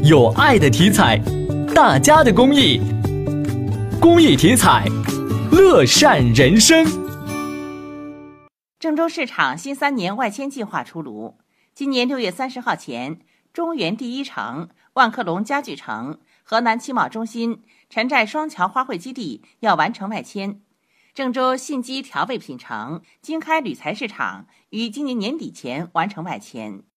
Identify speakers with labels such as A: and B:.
A: 有爱的体彩，大家的公益，公益体彩，乐善人生。
B: 郑州市场新3年外迁计划出炉，今年6月30号前，中原第一城、万科隆家具城、河南汽贸中心、陈寨双桥花卉基地要完成外迁。郑州信基调味品城、经开铝材市场于今年年底前完成外迁。